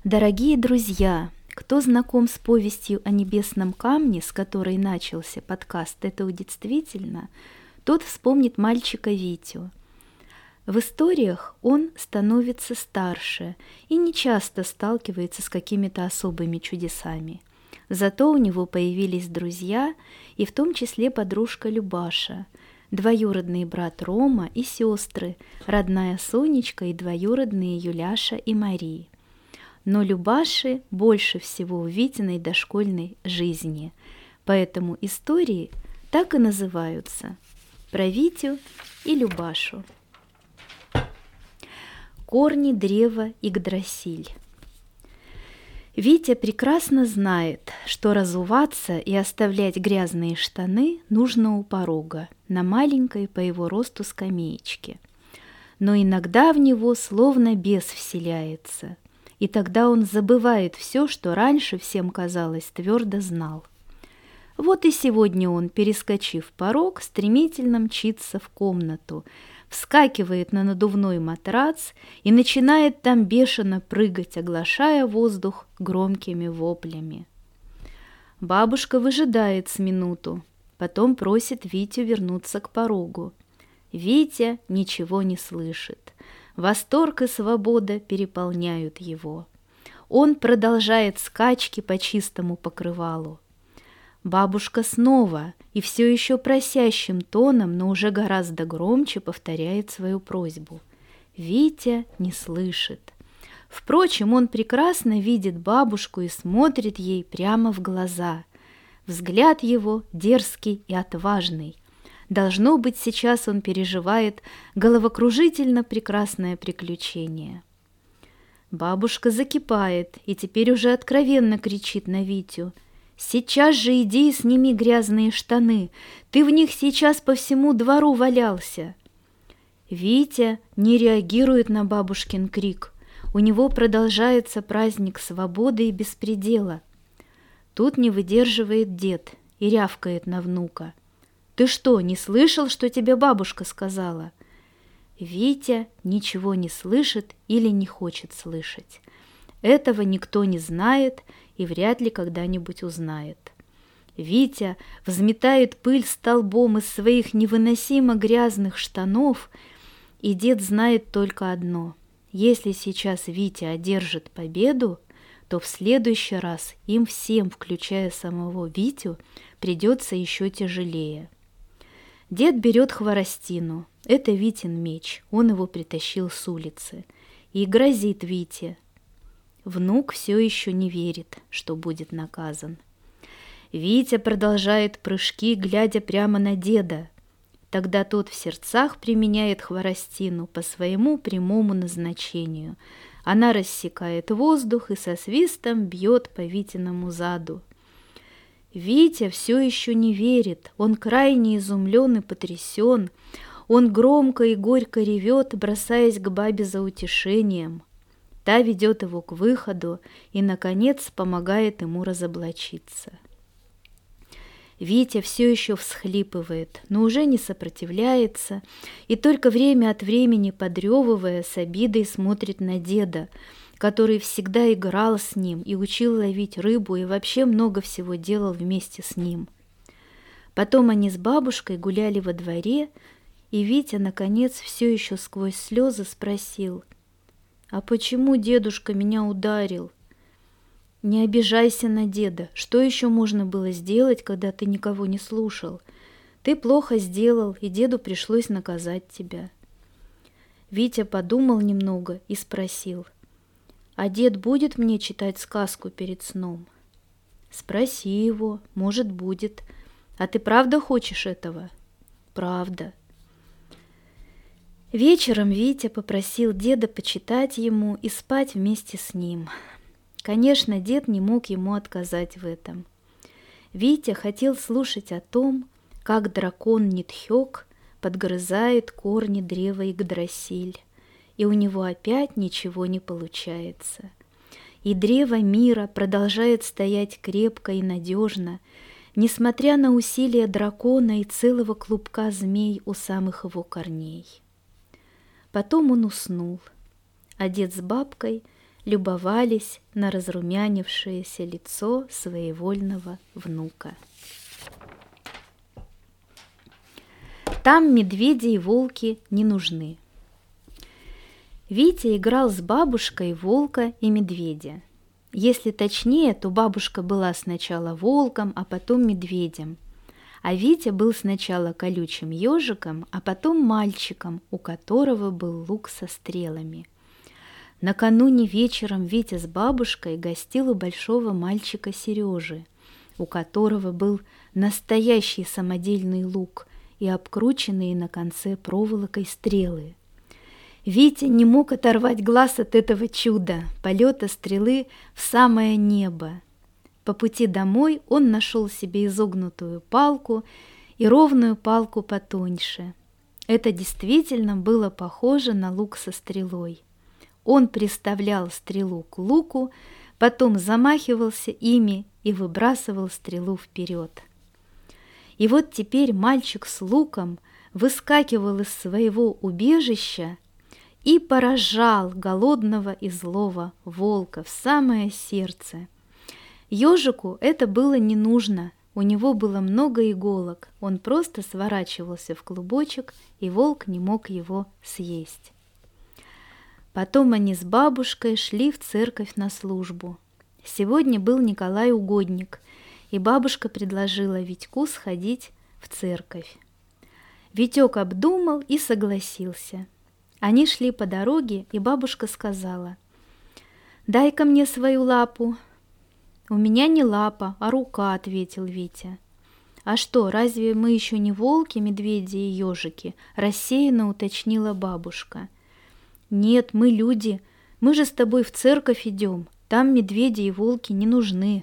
Дорогие друзья, кто знаком с повестью о небесном камне, с которой начался подкаст «Это удивительно», тот вспомнит мальчика Витю. В историях он становится старше и не часто сталкивается с какими-то особыми чудесами. Зато у него появились друзья, и в том числе подружка Любаша, двоюродный брат Рома и сестры, родная Сонечка и двоюродные Юляша и Мария. Но Любаши больше всего в Витиной дошкольной жизни, поэтому истории так и называются «Про Витю и Любашу». Корни древа Игдрасиль. Витя прекрасно знает, что разуваться и оставлять грязные штаны нужно у порога, на маленькой по его росту скамеечке. Но иногда в него словно бес вселяется, и тогда он забывает все, что раньше всем казалось твердо знал. Вот и сегодня он, перескочив порог, стремительно мчится в комнату, вскакивает на надувной матрац и начинает там бешено прыгать, оглашая воздух громкими воплями. Бабушка выжидает с минуту, потом просит Витю вернуться к порогу. Витя ничего не слышит. Восторг и свобода переполняют его. Он продолжает скачки по чистому покрывалу. Бабушка снова и все еще просящим тоном, но уже гораздо громче повторяет свою просьбу. Витя не слышит. Впрочем, он прекрасно видит бабушку и смотрит ей прямо в глаза. Взгляд его дерзкий и отважный. Должно быть, сейчас он переживает головокружительно прекрасное приключение. Бабушка закипает и теперь уже откровенно кричит на Витю: «Сейчас же иди и сними грязные штаны, ты в них сейчас по всему двору валялся». Витя не реагирует на бабушкин крик, у него продолжается праздник свободы и беспредела. Тут не выдерживает дед и рявкает на внука: «Ты что, не слышал, что тебе бабушка сказала?» Витя ничего не слышит или не хочет слышать. Этого никто не знает и вряд ли когда-нибудь узнает. Витя взметает пыль столбом из своих невыносимо грязных штанов, и дед знает только одно: если сейчас Витя одержит победу, то в следующий раз им всем, включая самого Витю, придется еще тяжелее. Дед берет хворостину, это Витин меч, он его притащил с улицы, и грозит Вите. Внук все еще не верит, что будет наказан. Витя продолжает прыжки, глядя прямо на деда. Тогда тот в сердцах применяет хворостину по своему прямому назначению. Она рассекает воздух и со свистом бьет по Витиному заду. Витя все еще не верит, он крайне изумлен и потрясен. Он громко и горько ревет, бросаясь к бабе за утешением. Та ведет его к выходу и, наконец, помогает ему разоблачиться. Витя все еще всхлипывает, но уже не сопротивляется, и только время от времени, подрёвывая, с обидой смотрит на деда, который всегда играл с ним и учил ловить рыбу и вообще много всего делал вместе с ним. Потом они с бабушкой гуляли во дворе, и Витя, наконец, все еще сквозь слезы спросил: «А почему дедушка меня ударил?» «Не обижайся на деда. Что еще можно было сделать, когда ты никого не слушал? Ты плохо сделал, и деду пришлось наказать тебя». Витя подумал немного и спросил: «А дед будет мне читать сказку перед сном?» «Спроси его, может, будет. А ты правда хочешь этого?» «Правда». Вечером Витя попросил деда почитать ему и спать вместе с ним. Конечно, дед не мог ему отказать в этом. Витя хотел слушать о том, как дракон Нитхёк подгрызает корни древа Игдрасиль, и у него опять ничего не получается. И древо мира продолжает стоять крепко и надежно, несмотря на усилия дракона и целого клубка змей у самых его корней. Потом он уснул, а дед с бабкой любовались на разрумянившееся лицо своевольного внука. Там медведи и волки не нужны. Витя играл с бабушкой волка и медведя. Если точнее, то бабушка была сначала волком, а потом медведем. А Витя был сначала колючим ежиком, а потом мальчиком, у которого был лук со стрелами. Накануне вечером Витя с бабушкой гостил у большого мальчика Сережи, у которого был настоящий самодельный лук и обкрученные на конце проволокой стрелы. Витя не мог оторвать глаз от этого чуда, полета стрелы в самое небо. По пути домой он нашел себе изогнутую палку и ровную палку потоньше. Это действительно было похоже на лук со стрелой. Он приставлял стрелу к луку, потом замахивался ими и выбрасывал стрелу вперед. И вот теперь мальчик с луком выскакивал из своего убежища и поражал голодного и злого волка в самое сердце. Ежику это было не нужно, у него было много иголок, он просто сворачивался в клубочек, и волк не мог его съесть. Потом они с бабушкой шли в церковь на службу. Сегодня был Николай Угодник, и бабушка предложила Витьку сходить в церковь. Витек обдумал и согласился. Они шли по дороге, и бабушка сказала: «Дай-ка мне свою лапу». «У меня не лапа, а рука», — ответил Витя. «А что, разве мы еще не волки, медведи и ежики?» — рассеянно уточнила бабушка. «Нет, мы люди, мы же с тобой в церковь идем, там медведи и волки не нужны».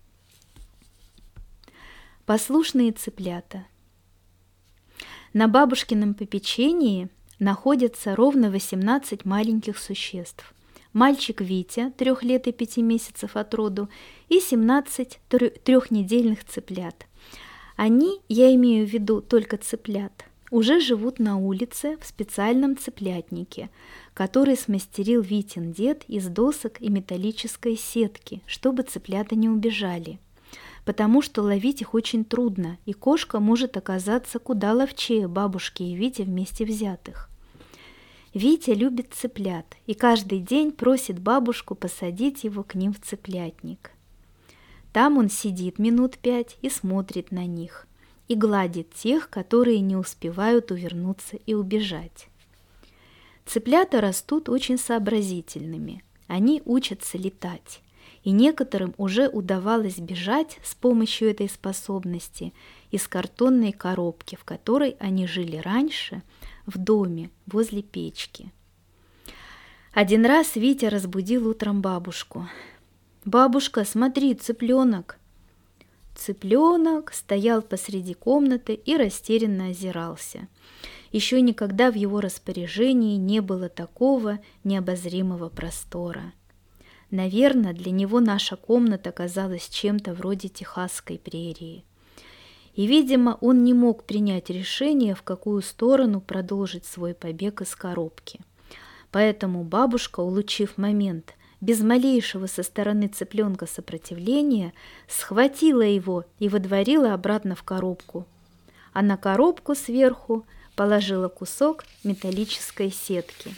Послушные цыплята. На бабушкином попечении находятся ровно 18 маленьких существ. Мальчик Витя, 3 лет и 5 месяцев от роду, и 17 трехнедельных цыплят. Они, я имею в виду только цыплят, уже живут на улице в специальном цыплятнике, который смастерил Витин дед из досок и металлической сетки, чтобы цыплята не убежали. Потому что ловить их очень трудно, и кошка может оказаться куда ловчее бабушки и Вити вместе взятых. Витя любит цыплят и каждый день просит бабушку посадить его к ним в цыплятник. Там он сидит минут 5 и смотрит на них, и гладит тех, которые не успевают увернуться и убежать. Цыплята растут очень сообразительными, они учатся летать. И некоторым уже удавалось бежать с помощью этой способности из картонной коробки, в которой они жили раньше, в доме возле печки. Один раз Витя разбудил утром бабушку. «Бабушка, смотри, цыпленок!» Цыпленок стоял посреди комнаты и растерянно озирался. Еще никогда в его распоряжении не было такого необозримого простора. Наверное, для него наша комната казалась чем-то вроде техасской прерии. И, видимо, он не мог принять решение, в какую сторону продолжить свой побег из коробки. Поэтому бабушка, улучив момент, без малейшего со стороны цыпленка сопротивления, схватила его и водворила обратно в коробку. А на коробку сверху положила кусок металлической сетки.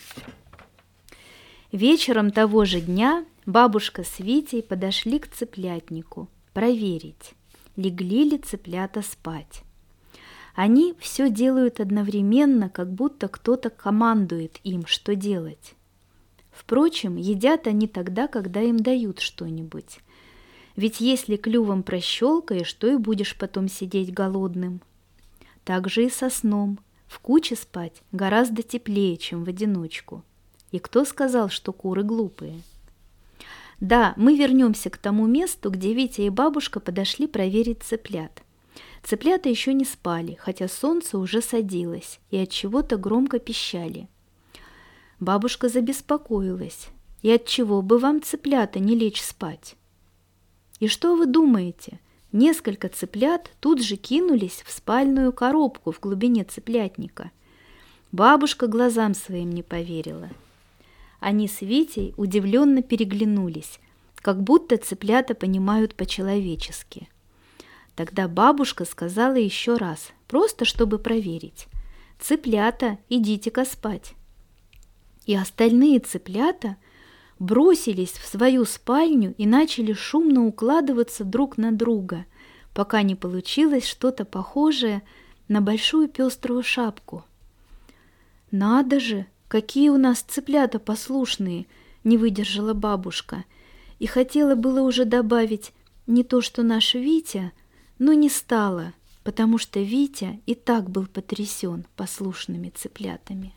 Вечером того же дня бабушка с Витей подошли к цыплятнику проверить, легли ли цыплята спать. Они все делают одновременно, как будто кто-то командует им, что делать. Впрочем, едят они тогда, когда им дают что-нибудь. Ведь если клювом прощелкаешь, то и будешь потом сидеть голодным. Так же и со сном. В куче спать гораздо теплее, чем в одиночку. И кто сказал, что куры глупые? Да, мы вернемся к тому месту, где Витя и бабушка подошли проверить цыплят. Цыплята еще не спали, хотя солнце уже садилось, и от чего-то громко пищали. Бабушка забеспокоилась. И от чего бы вам, цыплята, не лечь спать? И что вы думаете? Несколько цыплят тут же кинулись в спальную коробку в глубине цыплятника. Бабушка глазам своим не поверила. Они с Витей удивленно переглянулись, как будто цыплята понимают по-человечески. Тогда бабушка сказала еще раз, просто чтобы проверить: «Цыплята, идите-ка спать». И остальные цыплята бросились в свою спальню и начали шумно укладываться друг на друга, пока не получилось что-то похожее на большую пеструю шапку. «Надо же, какие у нас цыплята послушные!» — не выдержала бабушка. И хотела было уже добавить «не то, что наш Витя», но не стала, потому что Витя и так был потрясен послушными цыплятами.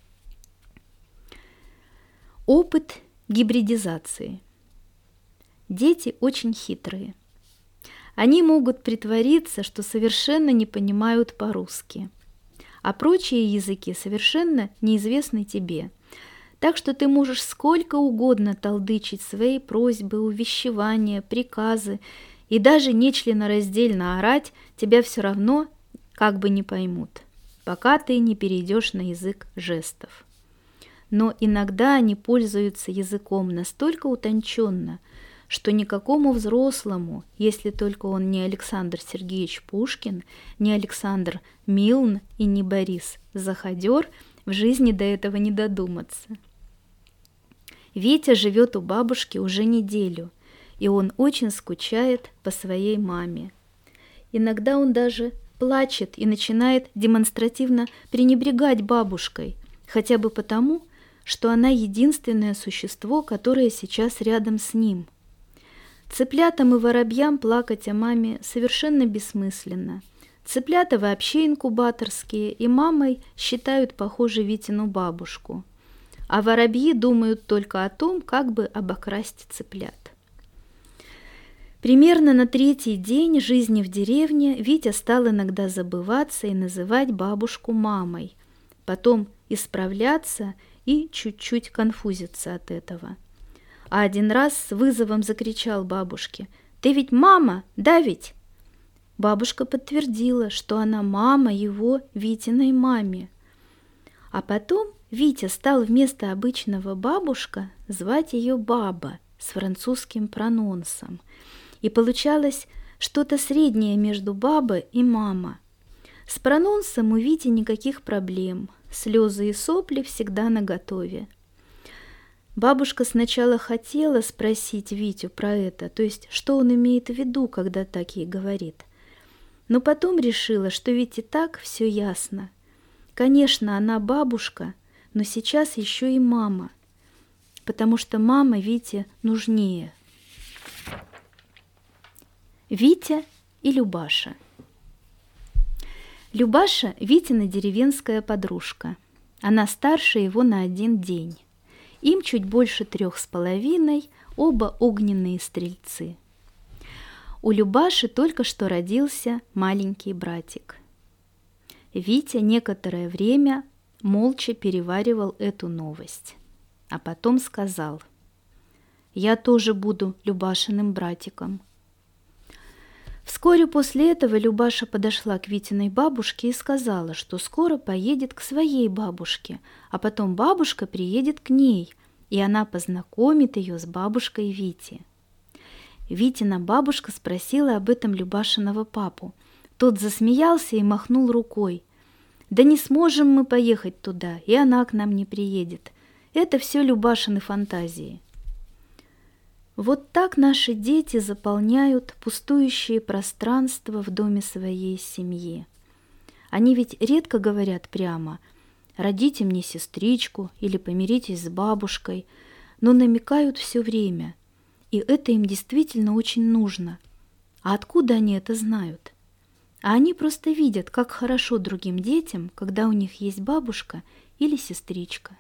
Опыт гибридизации. Дети очень хитрые. Они могут притвориться, что совершенно не понимают по-русски, а прочие языки совершенно неизвестны тебе. Так что ты можешь сколько угодно толдычить свои просьбы, увещевания, приказы и даже нечленораздельно орать, тебя все равно как бы не поймут, пока ты не перейдешь на язык жестов. Но иногда они пользуются языком настолько утонченно, что никакому взрослому, если только он не Александр Сергеевич Пушкин, не Александр Милн и не Борис Заходер, в жизни до этого не додуматься. Витя живет у бабушки уже неделю, и он очень скучает по своей маме. Иногда он даже плачет и начинает демонстративно пренебрегать бабушкой, хотя бы потому, что она единственное существо, которое сейчас рядом с ним. Цыплятам и воробьям плакать о маме совершенно бессмысленно. Цыплята вообще инкубаторские, и мамой считают, похоже, Витину бабушку. А воробьи думают только о том, как бы обокрасть цыплят. Примерно на 3-й день жизни в деревне Витя стал иногда забываться и называть бабушку мамой, потом исправляться и чуть-чуть конфузиться от этого. А один раз с вызовом закричал бабушке: «Ты ведь мама, да ведь?» Бабушка подтвердила, что она мама его, Витиной маме. А потом Витя стал вместо обычного бабушка звать ее баба с французским прононсом. И получалось что-то среднее между баба и мама. С прононсом у Вити никаких проблем, слезы и сопли всегда наготове. Бабушка сначала хотела спросить Витю про это, то есть что он имеет в виду, когда так ей говорит. Но потом решила, что ведь и так все ясно. Конечно, она бабушка, но сейчас еще и мама, потому что мама Вите нужнее. Витя и Любаша. Любаша – Витина деревенская подружка. Она старше его на 1 день. Им чуть больше 3,5, оба огненные стрельцы. У Любаши только что родился маленький братик. Витя некоторое время молча переваривал эту новость, а потом сказал: «Я тоже буду Любашиным братиком». Вскоре после этого Любаша подошла к Витиной бабушке и сказала, что скоро поедет к своей бабушке, а потом бабушка приедет к ней, и она познакомит ее с бабушкой Вити. Витина бабушка спросила об этом Любашиного папу. Тот засмеялся и махнул рукой. «Да не сможем мы поехать туда, и она к нам не приедет. Это все Любашины фантазии». Вот так наши дети заполняют пустующие пространства в доме своей семьи. Они ведь редко говорят прямо: «Родите мне сестричку» или «Помиритесь с бабушкой», но намекают все время, и это им действительно очень нужно. А откуда они это знают? А они просто видят, как хорошо другим детям, когда у них есть бабушка или сестричка.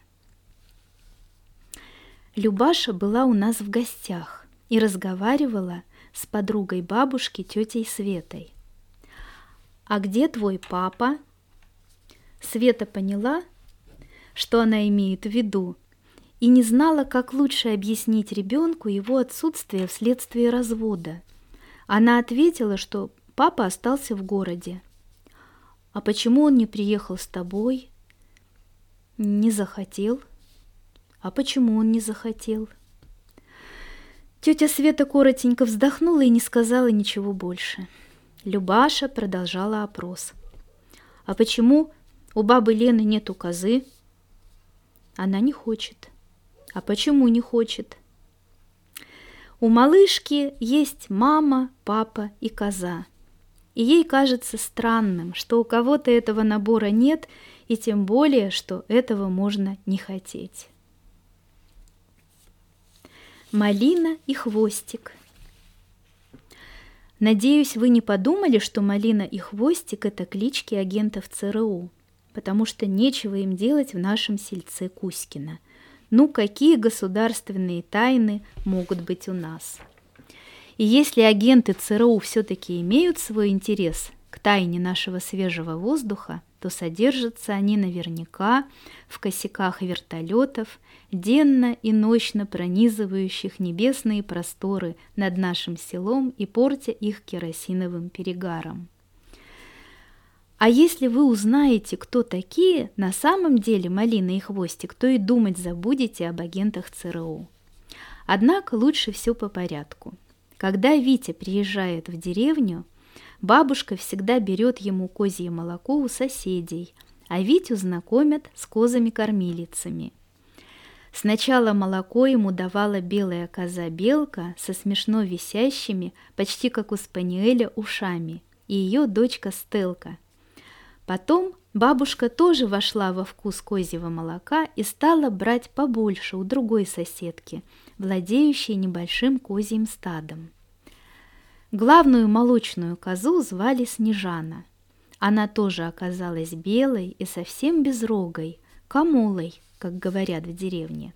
Любаша была у нас в гостях и разговаривала с подругой бабушки, тетей Светой. «А где твой папа?» Света поняла, что она имеет в виду, и не знала, как лучше объяснить ребенку его отсутствие вследствие развода. Она ответила, что папа остался в городе. «А почему он не приехал с тобой?» «Не захотел». А почему он не захотел? Тетя Света коротенько вздохнула и не сказала ничего больше. Любаша продолжала опрос. А почему у бабы Лены нету козы? Она не хочет. А почему не хочет? У малышки есть мама, папа и коза. И ей кажется странным, что у кого-то этого набора нет, и тем более, что этого можно не хотеть. Малина и Хвостик. Надеюсь, вы не подумали, что Малина и Хвостик – это клички агентов ЦРУ, потому что нечего им делать в нашем сельце Кузькино. Ну, какие государственные тайны могут быть у нас? И если агенты ЦРУ все-таки имеют свой интерес к тайне нашего свежего воздуха, то содержатся они наверняка в косяках вертолетов, денно и ночно пронизывающих небесные просторы над нашим селом и портя их керосиновым перегаром. А если вы узнаете, кто такие на самом деле Малина и Хвостик, то и думать забудете об агентах ЦРУ. Однако лучше все по порядку. Когда Витя приезжает в деревню, бабушка всегда берет ему козье молоко у соседей, а Витю знакомят с козами-кормилицами. Сначала молоко ему давала белая коза-белка со смешно висящими, почти как у спаниеля, ушами, и ее дочка Стелка. Потом бабушка тоже вошла во вкус козьего молока и стала брать побольше у другой соседки, владеющей небольшим козьим стадом. Главную молочную козу звали Снежана. Она тоже оказалась белой и совсем безрогой, камолой, как говорят в деревне.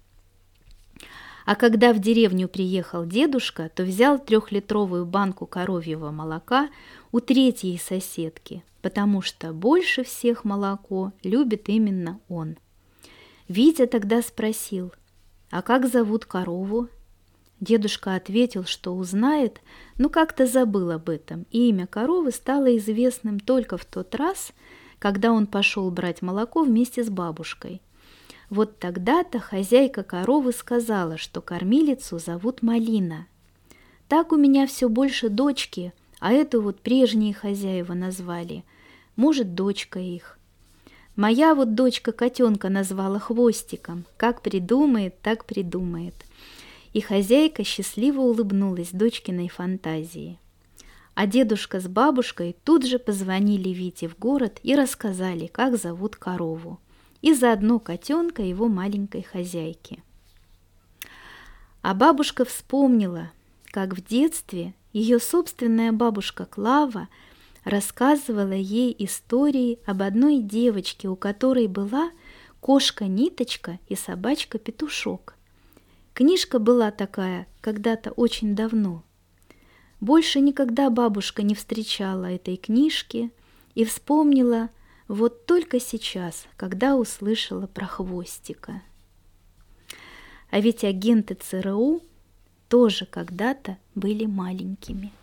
А когда в деревню приехал дедушка, то взял 3-литровую банку коровьего молока у третьей соседки, потому что больше всех молоко любит именно он. Витя тогда спросил: «А как зовут корову?» Дедушка ответил, что узнает, но как-то забыл об этом, и имя коровы стало известным только в тот раз, когда он пошел брать молоко вместе с бабушкой. Вот тогда-то хозяйка коровы сказала, что кормилицу зовут Малина. «Так у меня все больше дочки, а эту вот прежние хозяева назвали. Может, дочка их. Моя вот дочка котенка назвала Хвостиком. Как придумает, так придумает». И хозяйка счастливо улыбнулась дочкиной фантазии. А дедушка с бабушкой тут же позвонили Вите в город и рассказали, как зовут корову, и заодно котенка его маленькой хозяйки. А бабушка вспомнила, как в детстве ее собственная бабушка Клава рассказывала ей истории об одной девочке, у которой была кошка-ниточка и собачка-петушок. Книжка была такая когда-то очень давно. Больше никогда бабушка не встречала этой книжки и вспомнила вот только сейчас, когда услышала про Хвостика. А ведь агенты ЦРУ тоже когда-то были маленькими.